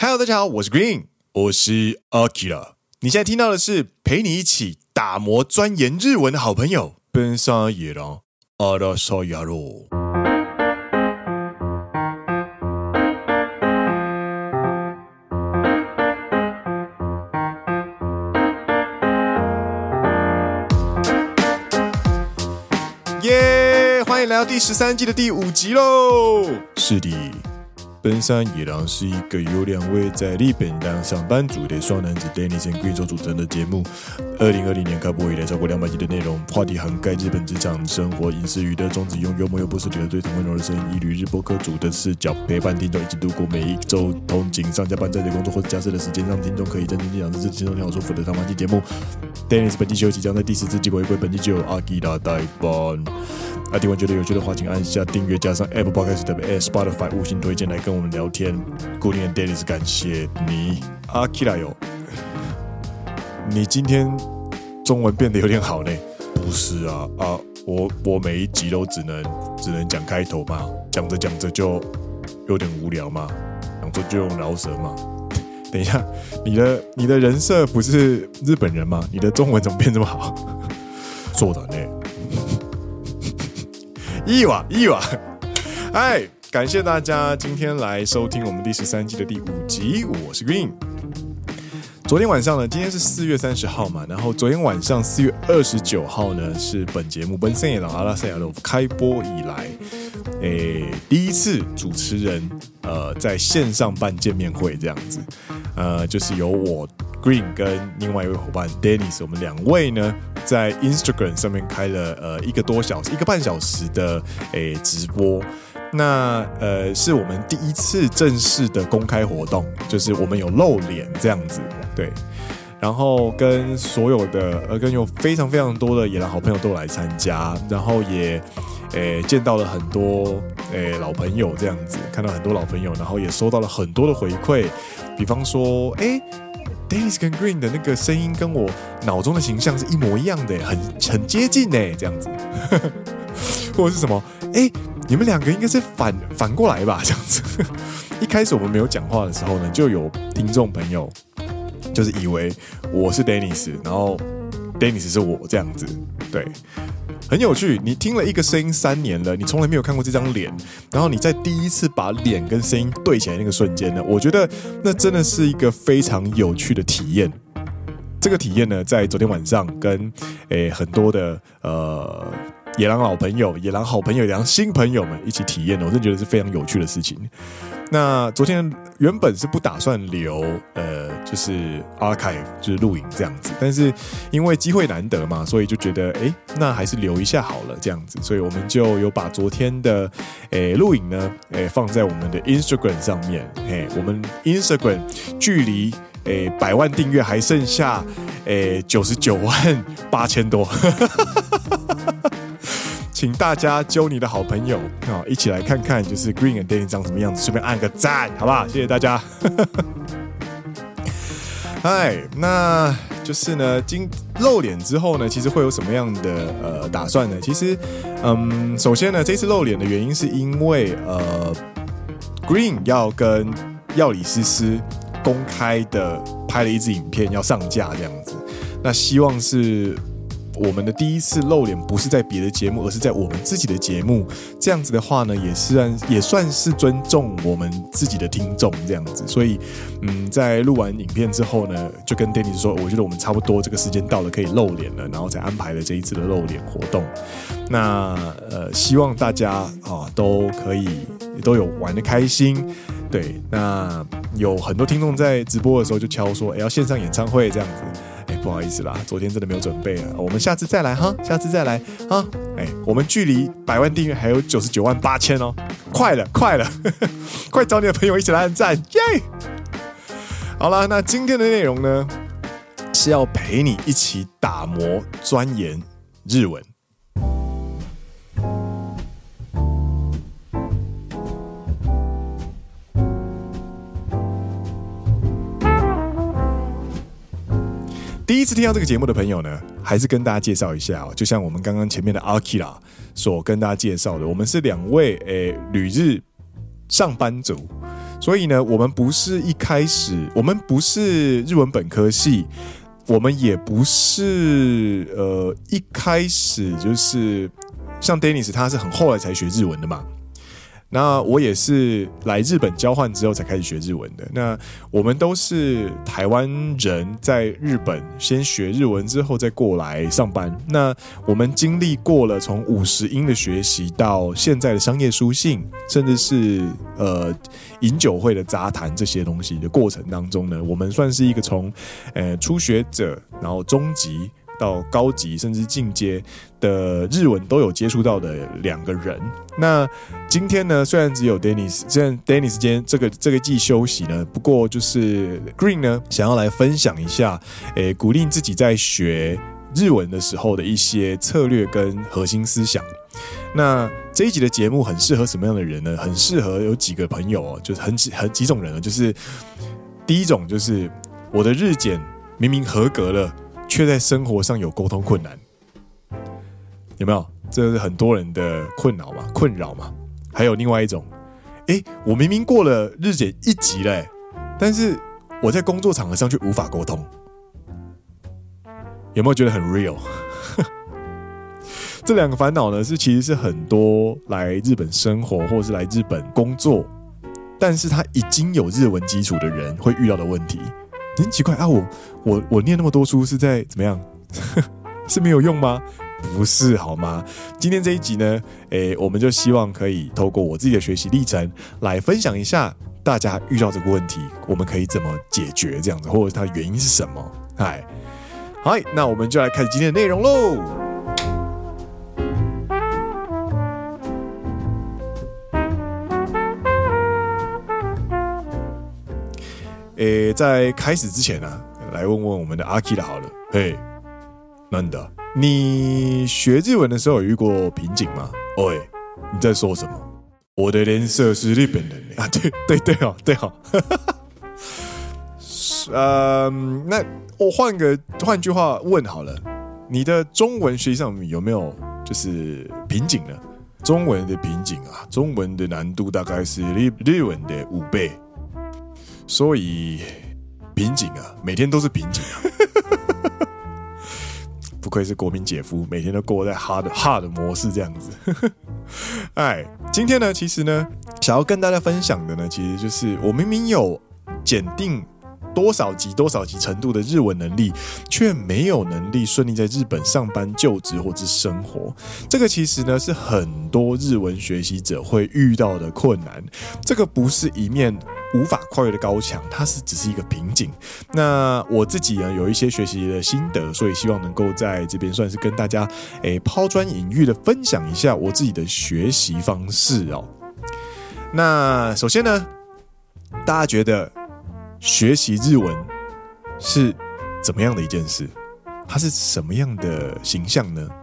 Hello， 大家好，我是 Green， 我是 Akira。你现在听到的是陪你一起打磨钻研日文的好朋友，奔山野狼阿拉萨亚罗。耶！欢迎来到第13季的第5集喽！是的。奔山野狼是一个由2位在日本当上班族的双男子 Dennis 和 Green 所组成的节目。2020年开播以来，超过200集的内容，话题涵盖日本职场、生活、饮食、娱乐，宗旨用幽默又不失礼的对谈温柔的声音，以旅日播客主的视角陪伴听众一起度过每一周通勤、上下班、在职工作或者家事的时间，让听众可以真正地享受轻松、良好、舒服的上班季节目。Dennis 本季休息将在第14季回归，本季就有阿基拉代班。听完觉得有趣的话，请按下订阅，加上 Apple Podcast、Spotify 5星推荐来跟我们聊天。固定的 Dennis 感谢你，阿基拉哟。你今天中文变得有点好呢？不是啊，我每一集都只能讲开头嘛，讲着讲着就有点无聊嘛，讲着就用饶舌嘛。等一下，你的人设不是日本人吗？你的中文怎么变这么好？そうだね。いいわ。哎，感谢大家今天来收听我们第13季的第5集，我是 Green。昨天晚上呢，今天是4月30号嘛，然后昨天晚上4月29号呢，是本节目《奔山野狼阿拉萨亚罗》开播以来，第一次主持人在线上办见面会这样子，就是由我 Green 跟另外一位伙伴 Dennis， 我们2位呢在 Instagram 上面开了1个半小时的直播。那是我们第一次正式的公开活动，就是我们有露脸这样子，对。然后跟所有的跟有非常非常多的野狼好朋友都来参加，然后也见到了很多老朋友这样子，看到很多老朋友，然后也收到了很多的回馈，比方说Dennis 跟 Green 的那个声音跟我脑中的形象是一模一样的，很接近这样子，或者是什么你们2个应该是反过来吧，这样子。一开始我们没有讲话的时候呢，就有听众朋友就是以为我是 Dennis， 然后 Dennis 是我这样子，对，很有趣。你听了一个声音3年了，你从来没有看过这张脸，然后你在第一次把脸跟声音对起来那个瞬间呢，我觉得那真的是一个非常有趣的体验。这个体验呢，在昨天晚上跟很多的野狼老朋友、野狼好朋友、野狼新朋友们一起体验的，我真的觉得是非常有趣的事情。那昨天原本是不打算留就是 archive 就是录影这样子，但是因为机会难得嘛，所以就觉得那还是留一下好了这样子，所以我们就有把昨天的录影呢放在我们的 Instagram 上面。我们 Instagram 距离100万订阅还剩下99万8千多。请大家揪你的好朋友一起来看看，就是 Green and Dennis 长什么样子，顺便按个赞，好不好？谢谢大家。那就是呢，露脸之后呢，其实会有什么样的打算呢？其实，首先呢，这次露脸的原因是因为Green 要跟药理诗诗公开的拍了一支影片要上架这样子，那希望是我们的第一次露脸不是在别的节目，而是在我们自己的节目。这样子的话呢，也算是尊重我们自己的听众这样子。所以，在录完影片之后呢，就跟 Dennis 说，我觉得我们差不多这个时间到了，可以露脸了，然后才安排了这一次的露脸活动。那希望大家都有玩得开心。对，那有很多听众在直播的时候就敲说，要线上演唱会这样子。不好意思啦，昨天真的没有准备了，我们下次再来哈，下次再来哈。我们距离100万订阅还有99万8千哦，快了，快找你的朋友一起来按赞，耶！好啦，那今天的内容呢，是要陪你一起打磨钻研日文。第一次听到这个节目的朋友呢，还是跟大家介绍一下就像我们刚刚前面的 Akira 所跟大家介绍的，我们是2位旅日上班族， 所以呢，我们不是日文本科系，我们也不是一开始就是像 Dennis 他是很后来才学日文的嘛。那我也是来日本交换之后才开始学日文的。那我们都是台湾人，在日本先学日文之后再过来上班。那我们经历过了从50音的学习到现在的商业书信，甚至是饮酒会的杂谈这些东西的过程当中呢，我们算是一个从初学者，然后中级到高级甚至进阶的日文都有接触到的2个人。那今天呢，虽然只有 Dennis 今天这个季休息呢，不过就是 Green 呢想要来分享一下，鼓励自己在学日文的时候的一些策略跟核心思想。那这一集的节目很适合什么样的人呢？很适合有几个朋友就是很几种人呢。就是第一种，就是我的日检明明合格了，却在生活上有沟通困难，有没有？这是很多人的困扰嘛。还有另外一种，我明明过了日检1级了，但是我在工作场合上却无法沟通，有没有觉得很 real？ 这2个烦恼呢，其实是很多来日本生活或者是来日本工作，但是他已经有日文基础的人会遇到的问题。很奇怪啊，我念那么多书是在怎么样？是没有用吗？不是好吗？今天这一集呢，我们就希望可以透过我自己的学习历程来分享一下，大家遇到这个问题，我们可以怎么解决这样子，或者是它的原因是什么？好，那我们就来开始今天的内容喽。在开始之前呢，来问问我们的阿 Kira 好了。难得，你学日文的时候有遇过瓶颈吗？你在说什么？我的脸色是日本人啊！对哦。那我换句话问好了，你的中文学习上有没有就是瓶颈呢？中文的瓶颈啊，中文的难度大概是日文的5倍。所以瓶颈啊，每天都是瓶颈啊。不愧是国民姐夫，每天都过在 hard 模式这样子。今天呢，其实呢，想要跟大家分享的呢，其实就是我明明有检定多少级程度的日文能力，却没有能力顺利在日本上班、就职或是生活。这个其实呢，是很多日文学习者会遇到的困难。这个不是一面无法跨越的高墙，它只是一个瓶颈。那我自己呢，有一些学习的心得，所以希望能够在这边算是跟大家抛砖引玉的分享一下我自己的学习方式哦。那首先呢，大家觉得学习日文是怎么样的一件事？它是什么样的形象呢？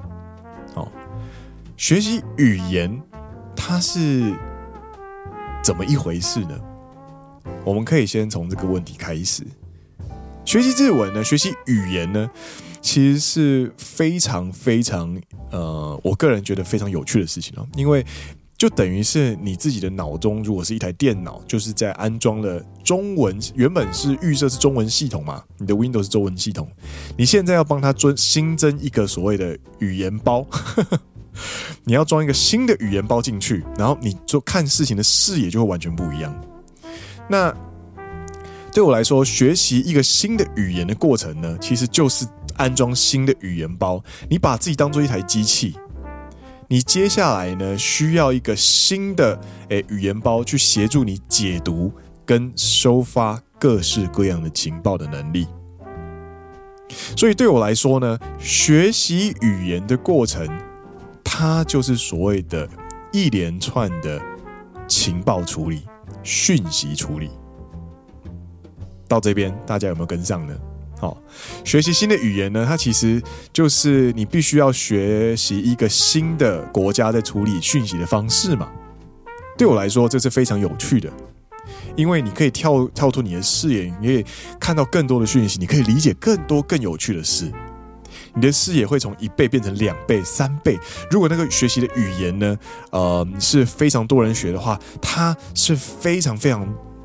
学习语言它是怎么一回事呢？我们可以先从这个问题开始。学习日文呢，学习语言呢，其实是非常非常我个人觉得非常有趣的事情哦，因为就等于是你自己的脑中，如果是一台电脑，就是在安装了中文，原本是预设是中文系统嘛，你的 Windows 是中文系统，你现在要帮它新增一个所谓的语言包，你要装一个新的语言包进去，然后你就看事情的视野就会完全不一样。那对我来说，学习一个新的语言的过程呢，其实就是安装新的语言包。你把自己当作一台机器，你接下来呢，需要一个新的语言包去协助你解读跟收发各式各样的情报的能力。所以对我来说呢，学习语言的过程，它就是所谓的一连串的情报处理、讯息处理。到这边大家有没有跟上呢？学习新的语言呢，它其实就是你必须要学习一个新的国家在处理讯息的方式嘛。对我来说，这是非常有趣的，因为你可以跳脱你的视野，你可以看到更多的讯息，你可以理解更多更有趣的事。你的视野会从1倍变成2倍、3倍。如果那个学习的语言呢，是非常多人学的话，它是非常非常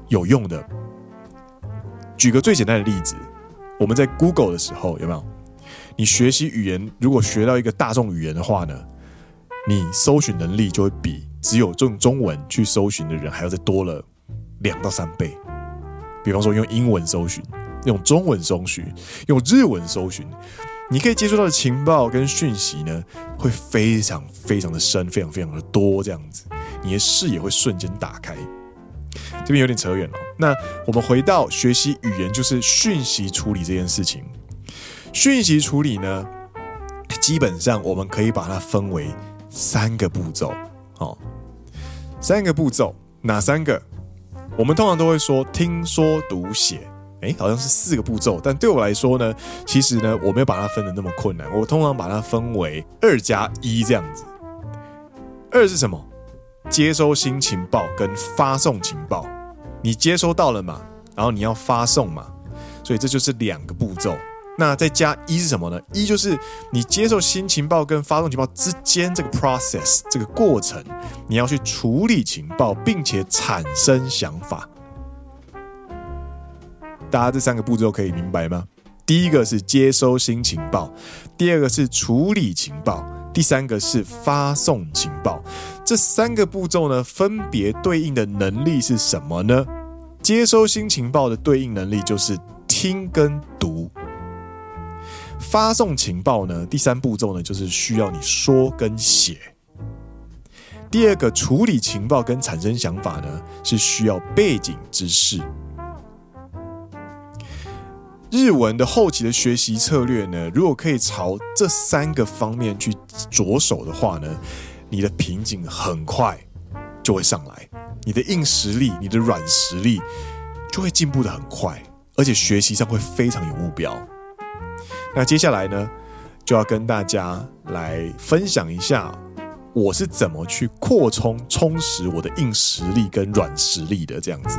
有用的。举个最简单的例子，我们在 Google 的时候，有没有？你学习语言，如果学到一个大众语言的话呢，你搜寻能力就会比只有用中文去搜寻的人还要再多了2到3倍。比方说用英文搜寻，用中文搜寻，用日文搜寻，你可以接触到的情报跟讯息呢，会非常非常的深，非常非常的多，这样子，你的视野会瞬间打开。这边有点扯远了。那我们回到学习语言，就是讯息处理这件事情。讯息处理呢，基本上我们可以把它分为3个步骤。3个步骤，哪3个？我们通常都会说听说读写，好像是4个步骤，但对我来说呢，其实呢，我没有把它分得那么困难。我通常把它分为2+1这样子。2是什么？接收新情报跟发送情报。你接收到了嘛，然后你要发送嘛，所以这就是2个步骤。那再加1是什么呢？1就是你接受新情报跟发送情报之间这个 process 这个过程，你要去处理情报，并且产生想法。大家这3个步骤可以明白吗？第一个是接收新情报，第二个是处理情报，第3个是发送情报。这3个步骤呢，分别对应的能力是什么呢？接收新情报的对应能力就是听跟读。发送情报呢，第3步骤呢，就是需要你说跟写。第二个处理情报跟产生想法呢，是需要背景知识。日文的后期的学习策略呢，如果可以朝这3个方面去着手的话呢，你的瓶颈很快就会上来，你的硬实力、你的软实力就会进步得很快，而且学习上会非常有目标。那接下来呢，就要跟大家来分享一下我是怎么去扩充、充实我的硬实力跟软实力的，这样子。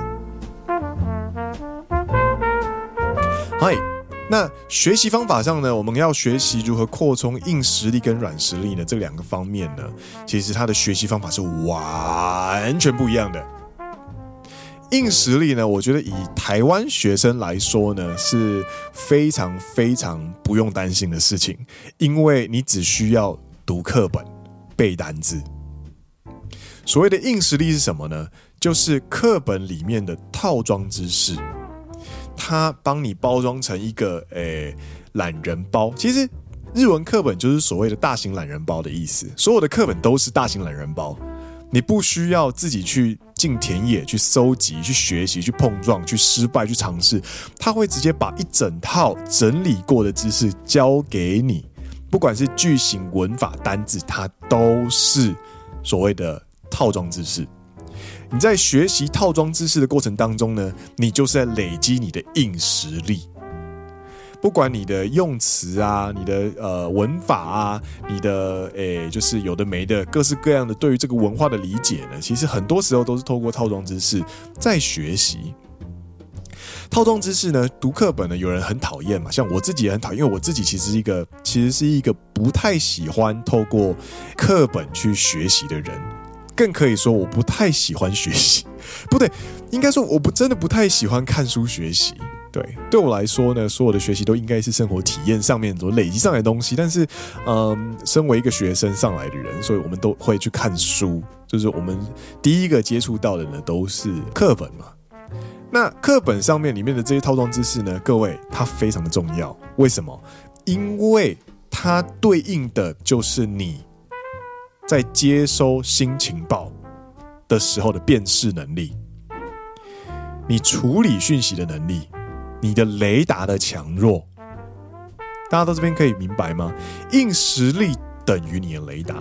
嗨，那学习方法上呢，我们要学习如何扩充硬实力跟软实力呢，这2个方面呢，其实它的学习方法是完全不一样的。硬实力呢，我觉得以台湾学生来说呢，是非常非常不用担心的事情，因为你只需要读课本、背单字。所谓的硬实力是什么呢？就是课本里面的套装知识，它帮你包装成一个懒人包。其实日文课本就是所谓的大型懒人包的意思，所有的课本都是大型懒人包，你不需要自己去进田野去搜集、去学习、去碰撞、去失败、去尝试，它会直接把一整套整理过的知识交给你，不管是句型、文法、单字，它都是所谓的套装知识。你在学习套装知识的过程当中呢，你就是在累积你的硬实力。不管你的用词啊，你的文法啊，你的就是有的没的各式各样的对于这个文化的理解呢，其实很多时候都是透过套装知识在学习。套装知识呢，读课本呢，有人很讨厌嘛，像我自己也很讨厌，因为我自己其实是一个不太喜欢透过课本去学习的人，更可以说我不太喜欢学习，不对，应该说我真的不太喜欢看书学习。对我来说呢，所有的学习都应该是生活体验上面所累积上来的东西。但是，身为一个学生上来的人，所以我们都会去看书。就是我们第一个接触到的呢，都是课本嘛。那课本上面里面的这些套装知识呢，各位，它非常的重要。为什么？因为它对应的就是你在接收新情报的时候的辨识能力，你处理讯息的能力，你的雷达的强弱。大家到这边可以明白吗？硬实力等于你的雷达。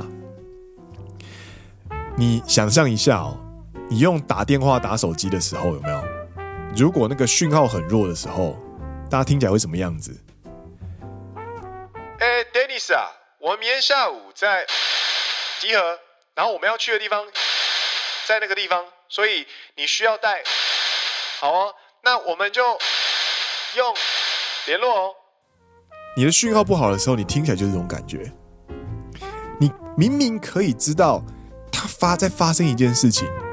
你想象一下你用打电话打手机的时候，有没有？如果那个讯号很弱的时候，大家听起来会什么样子？Dennis 啊，我们明天下午在集合，然后我们要去的地方在那个地方，所以你需要带。好哦，那我们就用联络哦。你的讯号不好的时候，你听起来就是这种感觉。你明明可以知道它在发生一件事情，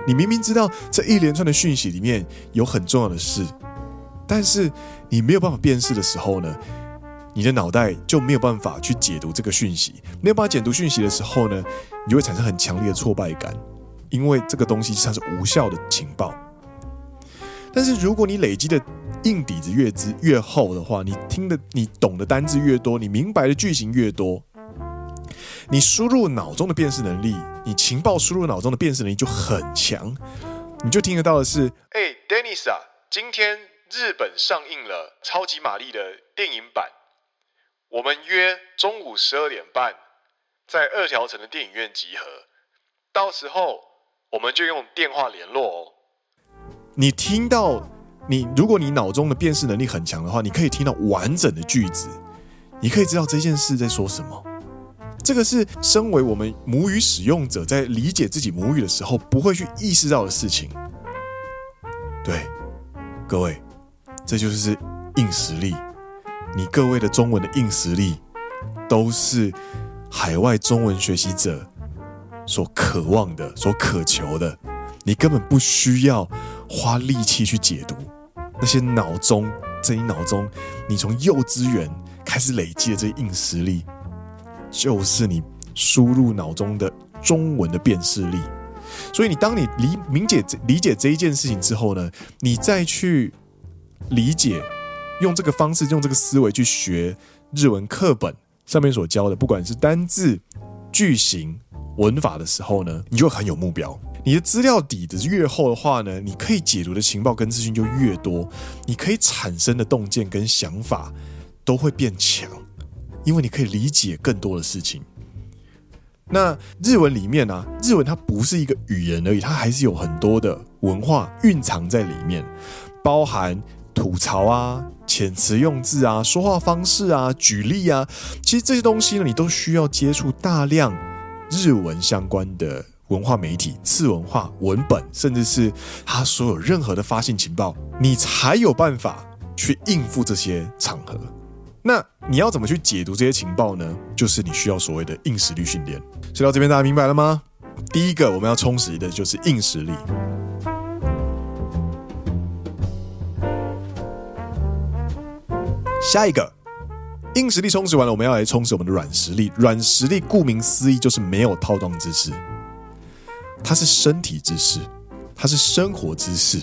你明明知道这一连串的讯息里面有很重要的事，但是你没有办法辨识的时候呢，你的脑袋就没有办法去解读这个讯息，没有办法解读讯息的时候呢，你就会产生很强烈的挫败感，因为这个东西它是无效的情报。但是如果你累积的硬底子越厚的话，你懂的单字越多，你明白的句型越多，你输入脑中的辨识能力，你情报输入脑中的辨识能力就很强，你就听得到的是，Dennis 啊，今天日本上映了超级玛丽的电影版，我们约中午12点半在2条城的电影院集合，到时候我们就用电话联络哦。你听到，如果你脑中的辨识能力很强的话，你可以听到完整的句子，你可以知道这件事在说什么。这个是身为我们母语使用者在理解自己母语的时候不会去意识到的事情。对，各位，这就是硬实力。你各位的中文的硬实力，都是海外中文学习者所渴望的、所渴求的。你根本不需要花力气去解读那些在你脑中，你从幼稚园开始累积的这些硬实力，就是你输入脑中的中文的辨识力。所以当你理解这一件事情之后呢，你再去理解，用这个方式，用这个思维去学日文课本上面所教的，不管是单字、句型、文法的时候呢，你就很有目标。你的资料底子越厚的话呢，你可以解读的情报跟资讯就越多，你可以产生的洞见跟想法都会变强，因为你可以理解更多的事情。那日文里面啊，日文它不是一个语言而已，它还是有很多的文化蕴藏在里面，包含吐槽啊、遣词用字啊、说话方式啊、举例啊，其实这些东西呢，你都需要接触大量日文相关的文化媒体、次文化文本，甚至是它所有任何的发信情报，你才有办法去应付这些场合。那你要怎么去解读这些情报呢？就是你需要所谓的硬实力训练。所以到这边大家明白了吗？第一个我们要充实的就是硬实力。下一个硬实力充实完了，我们要来充实我们的软实力。软实力顾名思义就是没有套装知识，它是身体知识，它是生活知识。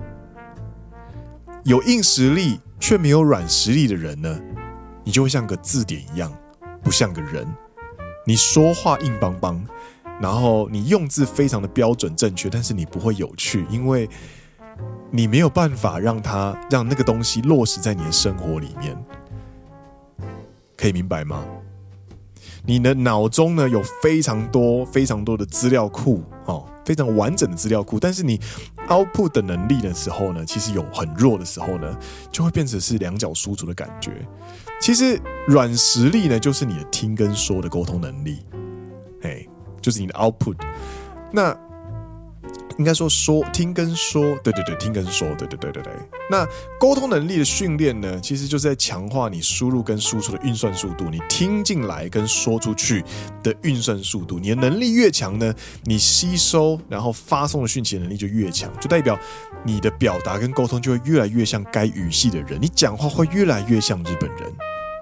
有硬实力却没有软实力的人呢，你就会像个字典一样，不像个人。你说话硬邦邦，然后你用字非常的标准正确，但是你不会有趣，因为你没有办法让那个东西落实在你的生活里面。可以明白吗？你的脑中呢有非常多的资料库，非常完整的资料库，但是你 output 的能力的时候呢，其实有很弱的时候呢，就会变成是两脚输出的感觉。其实软实力呢，就是你的听跟说的沟通能力，就是你的 output。那应该说听跟说，对，听跟说，对。那沟通能力的训练呢，其实就是在强化你输入跟输出的运算速度，你听进来跟说出去的运算速度。你的能力越强呢，你吸收然后发送的讯息的能力就越强，就代表你的表达跟沟通就会越来越像该语系的人，你讲话会越来越像日本人，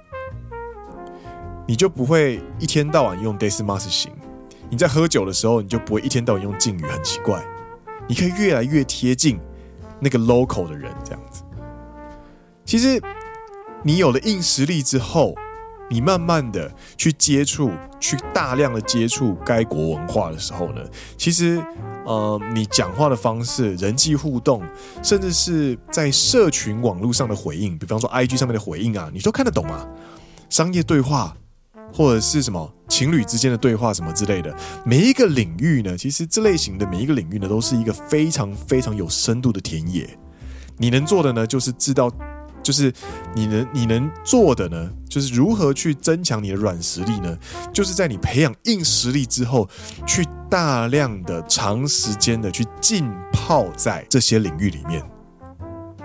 你就不会一天到晚用 desumasu 型。你在喝酒的时候，你就不会一天到晚用敬语，很奇怪。你可以越来越贴近那个 local 的人，这样子。其实你有了硬实力之后，你慢慢的去大量的接触该国文化的时候呢，其实你讲话的方式、人际互动，甚至是在社群网络上的回应，比方说 IG 上面的回应啊，你都看得懂啊。商业对话，或者是什么情侣之间的对话什么之类的，每一个领域呢，其实这类型的每一个领域呢，都是一个非常非常有深度的田野。你能做的呢，就是知道，就是你能做的呢，就是如何去增强你的软实力呢？就是在你培养硬实力之后，去大量的长时间的去浸泡在这些领域里面。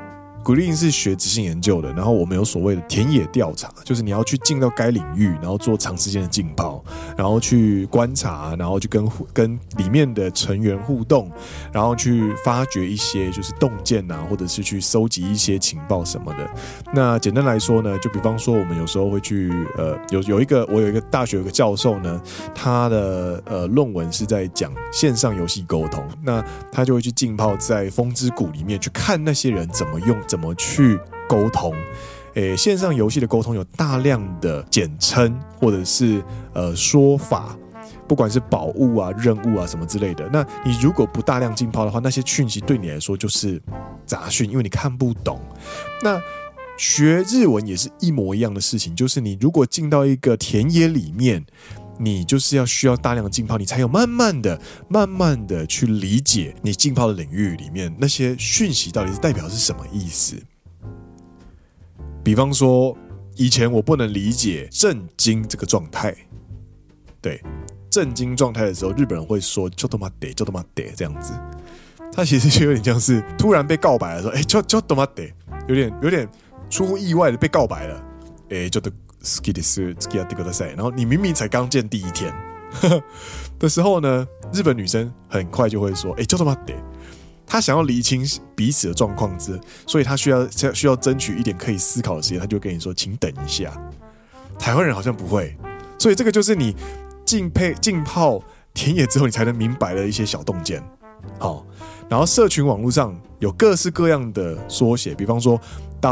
Green 是学质性研究的，然后我们有所谓的田野调查，就是你要去进到该领域，然后做长时间的浸泡，然后去观察，然后去跟里面的成员互动，然后去发掘一些就是洞见啊，或者是去搜集一些情报什么的。那简单来说呢，就比方说我们有时候会去我有一个大学有个教授呢，他的论文是在讲线上游戏沟通，那他就会去浸泡在风之谷里面去看那些人怎么去沟通。线上游戏的沟通有大量的简称或者是说法，不管是宝物啊、任务啊什么之类的。那你如果不大量浸泡的话，那些讯息对你来说就是杂讯，因为你看不懂。那学日文也是一模一样的事情，就是你如果进到一个田野里面，你就是需要大量的浸泡，你才有慢慢的去理解你浸泡的领域里面那些讯息到底是代表是什么意思。比方说，以前我不能理解震惊这个状态，对，震惊状态的时候，日本人会说ちょっと待ってちょっと待って这样子，它其实就有点像是突然被告白了，说ちょっと待って，有点出乎意外的被告白了，ちょっと好きです付き合ってください。然后你明明才刚见第一天的时候呢，日本女生很快就会说ちょっと待って。他想要厘清彼此的状况所以他需要争取一点可以思考的时间，他就跟你说请等一下。台湾人好像不会，所以这个就是你浸泡田野之后你才能明白的一些小洞见。好，然后社群网络上有各式各样的缩写，比方说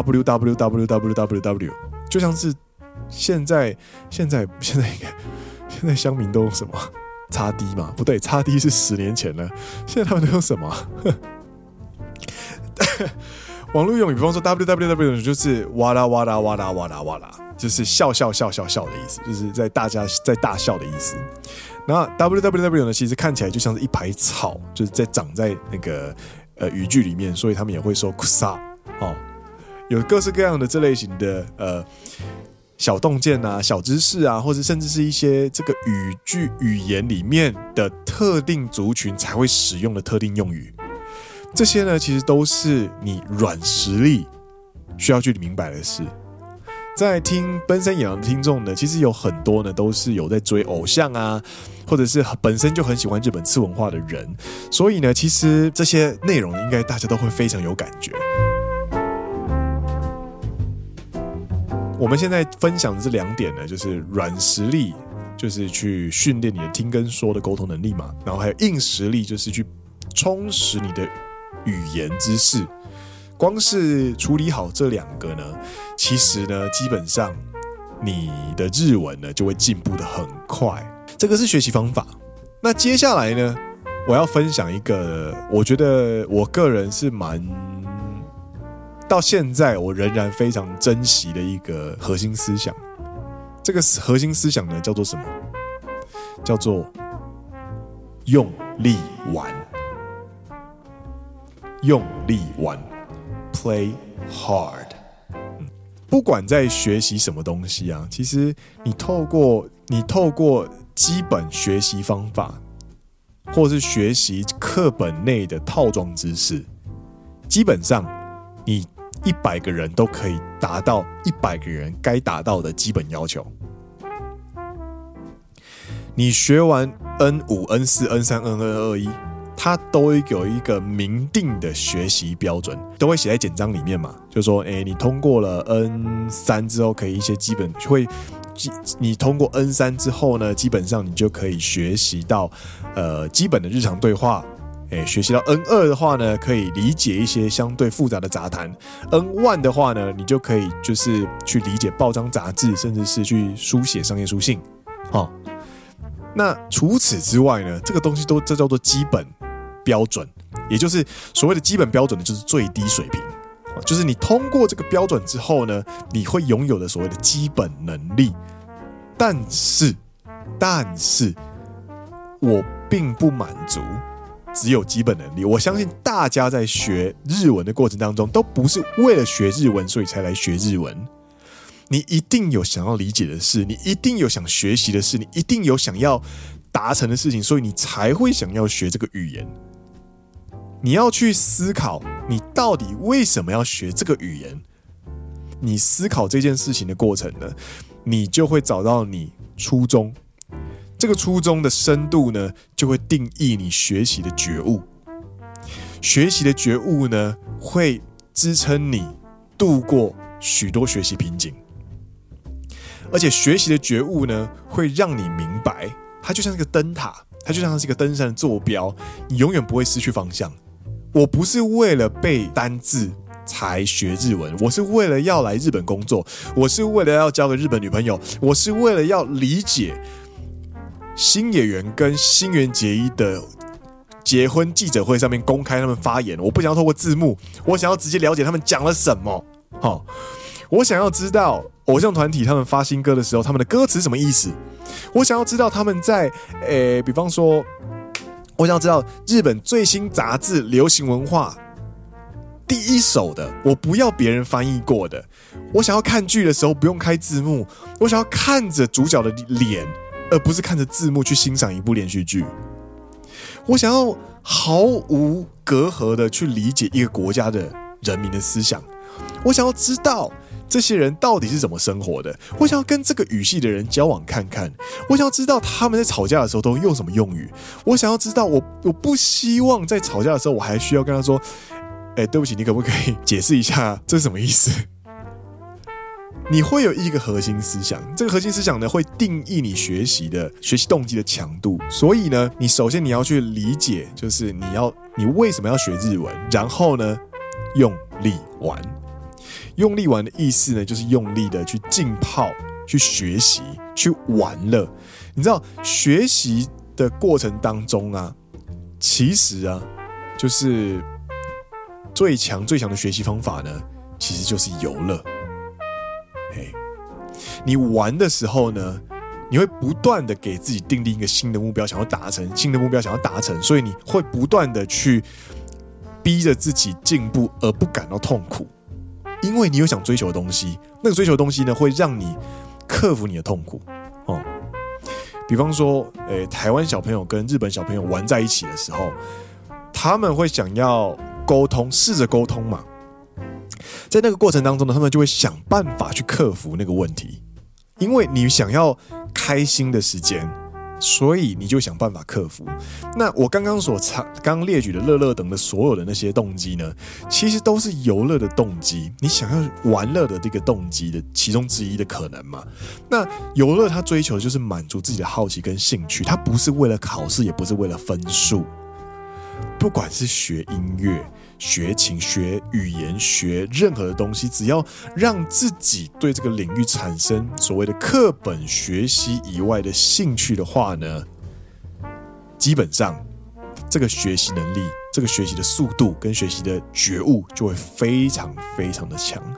www， 就像是现在乡民都用什么？XD 嘛，不对，XD 是10年前了。现在他们都用什么？网络用语，比方说 www 就是哇啦哇啦哇啦哇啦哇啦，就是笑的意思，就是在大笑的意思。那 www 呢，其实看起来就像是一排草，就是长在那个语句里面，所以他们也会说 kusa 哦，有各式各样的这类型的小洞见啊、小知识啊，或者甚至是一些这个语言里面的特定族群才会使用的特定用语，这些呢，其实都是你软实力需要去明白的事。在听奔山野狼的听众呢，其实有很多呢都是有在追偶像啊，或者是本身就很喜欢日本次文化的人，所以呢，其实这些内容应该大家都会非常有感觉。我们现在分享的这2点呢，就是软实力，就是去训练你的听跟说的沟通能力嘛，然后还有硬实力，就是去充实你的语言知识。光是处理好这2个呢，其实呢，基本上你的日文呢就会进步得很快。这个是学习方法。那接下来呢，我要分享一个，我觉得我个人是到现在我仍然非常珍惜的一个核心思想。这个核心思想呢，叫做什么？叫做用力玩。用力玩 ，play hard。不管在学习什么东西啊，其实你透过基本学习方法，或是学习课本内的套装知识，基本上你100个人都可以达到100个人该达到的基本要求。你学完 N5、N4、N3、N2、N21， 它都有一个明定的学习标准，都会写在简章里面嘛。就说，你通过了 N3 之后，可以一些基本你通过 N3 之后呢，基本上你就可以学习到基本的日常对话。学习到 N2 的话呢，可以理解一些相对复杂的杂谈。N1 的话呢，你就可以就是去理解报章杂志，甚至是去书写商业书信。那除此之外呢，这个东西这叫做基本标准，也就是所谓的基本标准的就是最低水平，就是你通过这个标准之后呢，你会拥有的所谓的基本能力。但是我并不满足只有基本能力。我相信大家在学日文的过程当中，都不是为了学日文所以才来学日文。你一定有想要理解的事，你一定有想学习的事，你一定有想要达成的事情，所以你才会想要学这个语言。 你要去思考你到底为什么要学这个语言。你思考这件事情的过程呢，你就会找到你初衷。这个初衷的深度呢，就会定义你学习的觉悟。学习的觉悟呢，会支撑你度过许多学习瓶颈。而且学习的觉悟呢，会让你明白，它就像是一个灯塔，它就像是一个登山的坐标，你永远不会失去方向。我不是为了背单字才学日文，我是为了要来日本工作，我是为了要交个日本女朋友，我是为了要理解新野原跟新垣结衣的结婚记者会上面公开他们发言。我不想要透过字幕，我想要直接了解他们讲了什么。我想要知道偶像团体他们发新歌的时候，他们的歌词什么意思。我想要知道他们在比方说，我想要知道日本最新杂志《流行文化》第一手的，我不要别人翻译过的。我想要看剧的时候不用开字幕，我想要看着主角的脸，而不是看着字幕去欣赏一部连续剧。我想要毫无隔阂的去理解一个国家的人民的思想。我想要知道这些人到底是怎么生活的。我想要跟这个语系的人交往看看。我想要知道他们在吵架的时候都用什么用语。我想要知道我不希望在吵架的时候我还需要跟他说，对不起，你可不可以解释一下这是什么意思？你会有一个核心思想，这个核心思想呢，会定义你学习动机的强度。所以呢，你首先你要去理解，就是你为什么要学日文，然后呢，用力玩。用力玩的意思呢，就是用力的去浸泡、去学习、去玩乐。你知道，学习的过程当中啊，其实啊，就是最强的学习方法呢，其实就是游乐。你玩的时候呢，你会不断的给自己订立一个新的目标，想要达成新的目标，想要达成，所以你会不断的去逼着自己进步，而不感到痛苦，因为你有想追求的东西，那个追求的东西呢，会让你克服你的痛苦。比方说，台湾小朋友跟日本小朋友玩在一起的时候，他们会想要沟通，试着沟通嘛。在那个过程当中呢，他们就会想办法去克服那个问题，因为你想要开心的时间，所以你就想办法克服。那我刚刚列举的乐等的所有的那些动机呢，其实都是游乐的动机，你想要玩乐的这个动机的其中之一的可能嘛。那游乐它追求的就是满足自己的好奇跟兴趣，它不是为了考试，也不是为了分数。不管是学音乐、学琴、学语言、学任何的东西，只要让自己对这个领域产生所谓的课本学习以外的兴趣的话呢，基本上这个学习能力、这个学习的速度跟学习的觉悟就会非常非常的强。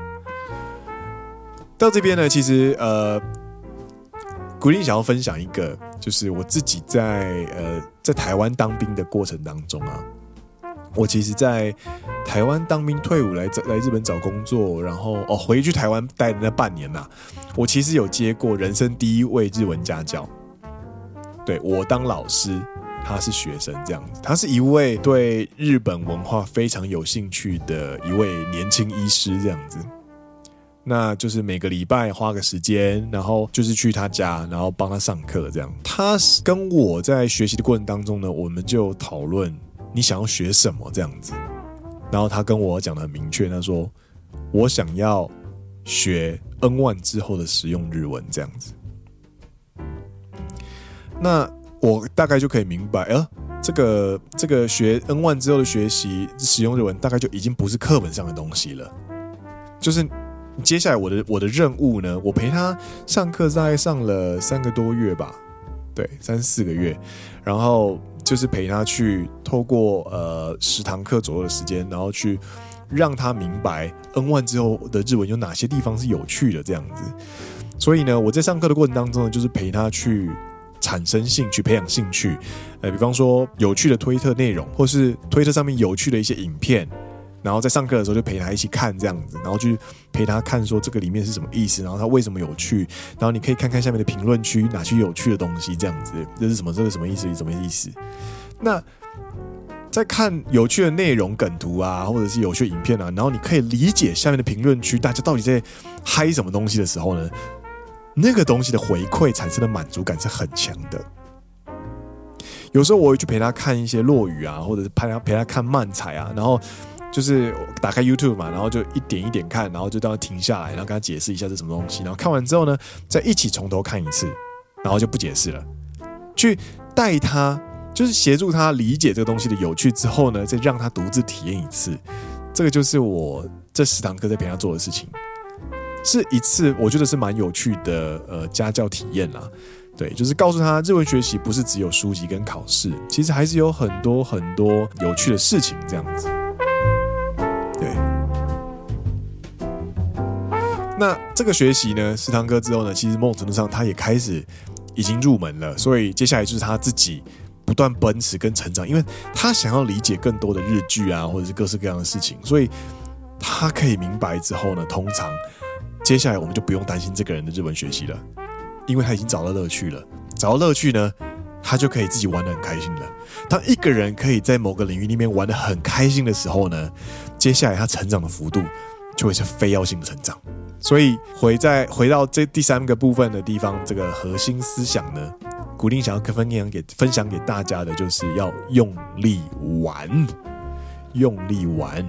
到这边呢，其实古力想要分享一个，就是我自己在台湾当兵的过程当中啊，我其实在台湾当兵退伍来日本找工作，然后回去台湾待的那半年啊，我其实有接过人生第一位日文家教，对，我当老师，他是学生这样子。他是一位对日本文化非常有兴趣的一位年轻医师这样子。那就是每个礼拜花个时间，然后就是去他家，然后帮他上课这样。他跟我在学习的过程当中呢，我们就讨论你想要学什么这样子。然后他跟我讲得很明确，他说我想要学 N1 之后的实用日文这样子。那我大概就可以明白，这个学 N1 之后的学习实用日文，大概就已经不是课本上的东西了，就是接下来我的任务呢，我陪他上课大概上了3个多月吧，对，3-4个月，然后就是陪他去透过10堂课左右的时间，然后去让他明白 N1 之后的日文有哪些地方是有趣的这样子。所以呢，我在上课的过程当中呢，就是陪他去产生兴趣，培养兴趣。比方说有趣的推特内容，或是推特上面有趣的一些影片。然后在上课的时候就陪他一起看这样子，然后去陪他看说这个里面是什么意思，然后他为什么有趣，然后你可以看看下面的评论区哪些有趣的东西这样子，这是什么意思，什么意思。那在看有趣的内容梗图啊，或者是有趣的影片啊，然后你可以理解下面的评论区大家到底在嗨什么东西的时候呢，那个东西的回馈产生的满足感是很强的。有时候我会去陪他看一些落语啊，或者是陪他看漫才啊，然后就是打开 YouTube 嘛，然后就一点一点看，然后就让他停下来，然后跟他解释一下这是什么东西，然后看完之后呢，再一起从头看一次，然后就不解释了，去带他，就是协助他理解这个东西的有趣之后呢，再让他独自体验一次。这个就是我这10堂课在陪他做的事情，是一次我觉得是蛮有趣的家教体验啦。对，就是告诉他日文学习不是只有书籍跟考试，其实还是有很多很多有趣的事情这样子。对，那这个学习呢，10堂课之后呢，其实某种程度上他也开始已经入门了，所以接下来就是他自己不断奔驰跟成长，因为他想要理解更多的日剧啊，或者是各式各样的事情，所以他可以明白之后呢，通常接下来我们就不用担心这个人的日文学习了。因为他已经找到乐趣了，找到乐趣呢，他就可以自己玩得很开心了。当一个人可以在某个领域里面玩得很开心的时候呢，接下来他成长的幅度就会是非要性的成长。所以回到这第3个部分的地方，这个核心思想呢，古令想要分享给大家的就是要用力玩，用力玩。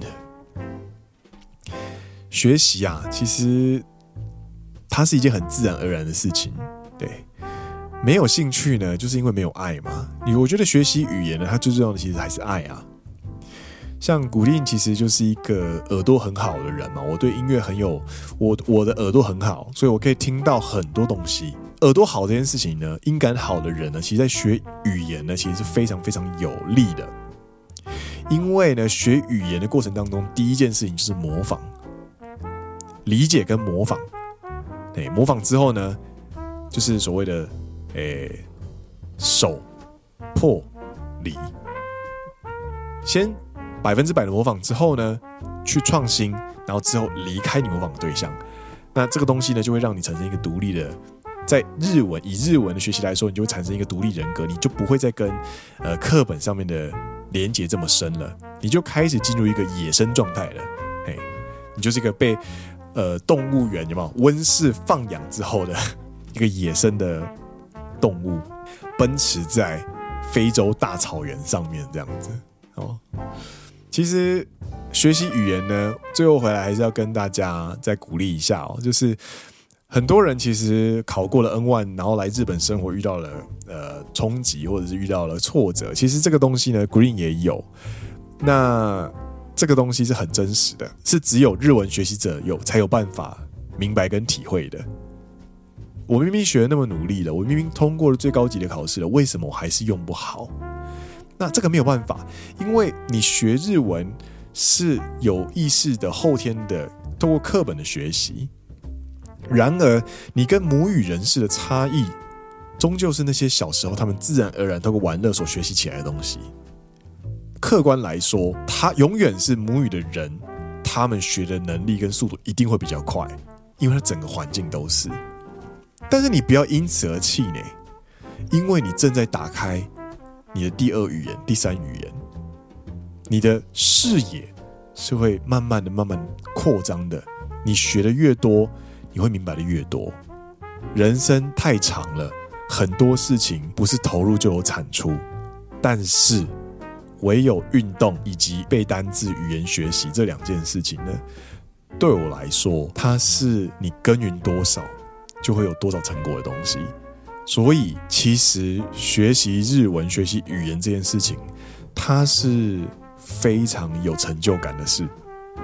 学习啊，其实它是一件很自然而然的事情，对，没有兴趣呢，就是因为没有爱嘛。我觉得学习语言呢，它最重要的其实还是爱啊。像古令其实就是一个耳朵很好的人嘛，我对音乐很有，我的耳朵很好，所以我可以听到很多东西。耳朵好这件事情呢，音感好的人呢，其实在学语言呢，其实是非常非常有利的。因为呢，学语言的过程当中，第一件事情就是模仿、理解跟模仿。模仿之后呢，就是所谓的手破离。先100%的模仿之后呢，去创新，然后之后离开你模仿的对象。那这个东西呢，就会让你产生一个独立的，在以日文的学习来说，你就会产生一个独立人格，你就不会再跟课本上面的连结这么深了，你就开始进入一个野生状态了。你就是一个被动物园有没有温室放养之后的一个野生的动物，奔驰在非洲大草原上面这样子。其实学习语言呢，最后回来还是要跟大家再鼓励一下就是很多人其实考过了 N1， 然后来日本生活遇到了冲击或者是遇到了挫折，其实这个东西呢 Green 也有。那这个东西是很真实的，是只有日文学习者才有办法明白跟体会的。我明明学得那么努力了，我明明通过了最高级的考试了，为什么我还是用不好？那这个没有办法，因为你学日文是有意识的、后天的，透过课本的学习。然而，你跟母语人士的差异，终究是那些小时候他们自然而然透过玩乐所学习起来的东西。客观来说，他永远是母语的人，他们学的能力跟速度一定会比较快，因为他整个环境都是。但是你不要因此而气馁，因为你正在打开你的第2语言、第3语言，你的视野是会慢慢扩张的。你学的越多，你会明白的越多。人生太长了，很多事情不是投入就有产出，但是唯有运动以及背单字、语言学习这2件事情呢，对我来说，它是你耕耘多少，就会有多少成果的东西。所以，其实学习日文、学习语言这件事情，它是非常有成就感的事。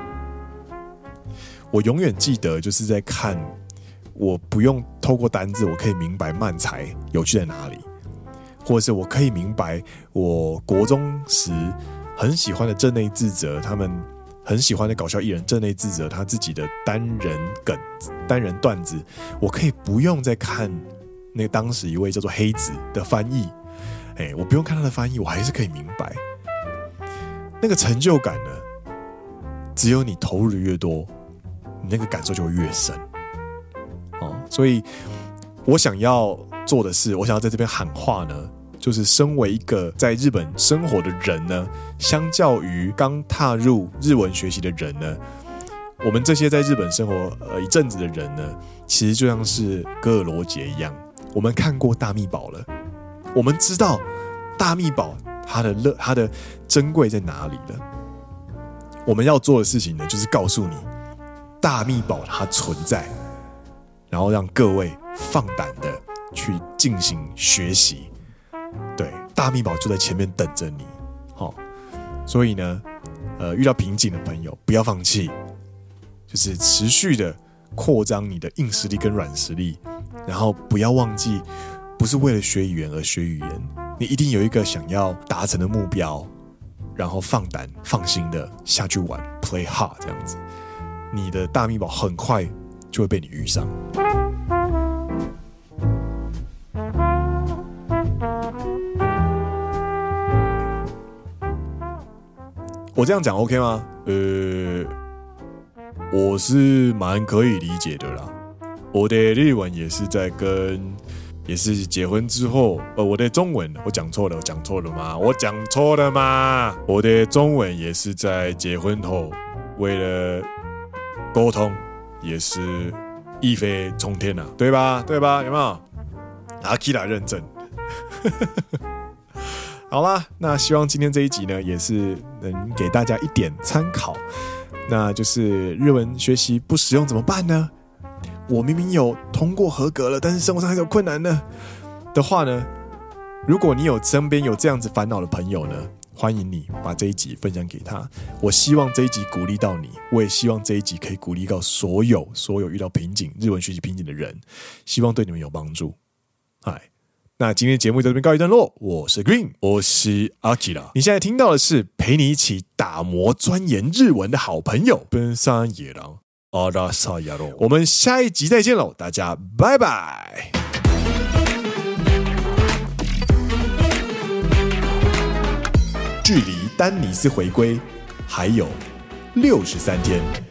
我永远记得，就是在看，我不用透过单字，我可以明白漫才有趣在哪里。或者是我可以明白我国中时很喜欢的镇内智则，他们很喜欢的搞笑艺人镇内智则他自己的单人段子，我可以不用再看那个当时一位叫做黑子的翻译，我不用看他的翻译，我还是可以明白。那个成就感呢，只有你投入的越多，你那个感受就会越深。所以我想要做的是，我想要在这边喊话呢， 就是身为一个在日本生活的人呢，相较于刚踏入日文学习的人呢，我们这些在日本生活一阵子的人呢，其实就像是哥尔罗杰一样，我们看过大秘宝了，我们知道大秘宝它的珍贵在哪里了。我们要做的事情呢，就是告诉你大秘宝它存在，然后让各位放胆的去进行学习。对，大秘宝就在前面等着你。所以呢，遇到瓶颈的朋友不要放弃，就是持续的扩张你的硬实力跟软实力，然后不要忘记，不是为了学语言而学语言，你一定有一个想要达成的目标，然后放胆放心的下去玩 ，play hard 这样子，你的大秘宝很快就会被你遇上。我这样讲 OK 吗？我是蛮可以理解的啦。我的日文也是也是结婚之后，我的中文我讲错了吗？我的中文也是在结婚后，为了沟通，也是一飞冲天啊，对吧？有没有？阿基拉认证。好啦，那希望今天这一集呢，也是能给大家一点参考。那就是日文学习不实用怎么办呢？我明明有通过合格了，但是生活上还是有困难呢的话呢，如果你身边有这样子烦恼的朋友呢，欢迎你把这一集分享给他。我希望这一集鼓励到你，我也希望这一集可以鼓励到所有遇到日文学习瓶颈的人，希望对你们有帮助。嗨。那今天节目就到这边告一段落，我是 Green， 我是 Akira。你现在听到的是陪你一起打磨钻研日文的好朋友奔山野狼阿拉萨亚罗。我们下一集再见喽，大家拜拜。距离丹尼斯回归还有63天。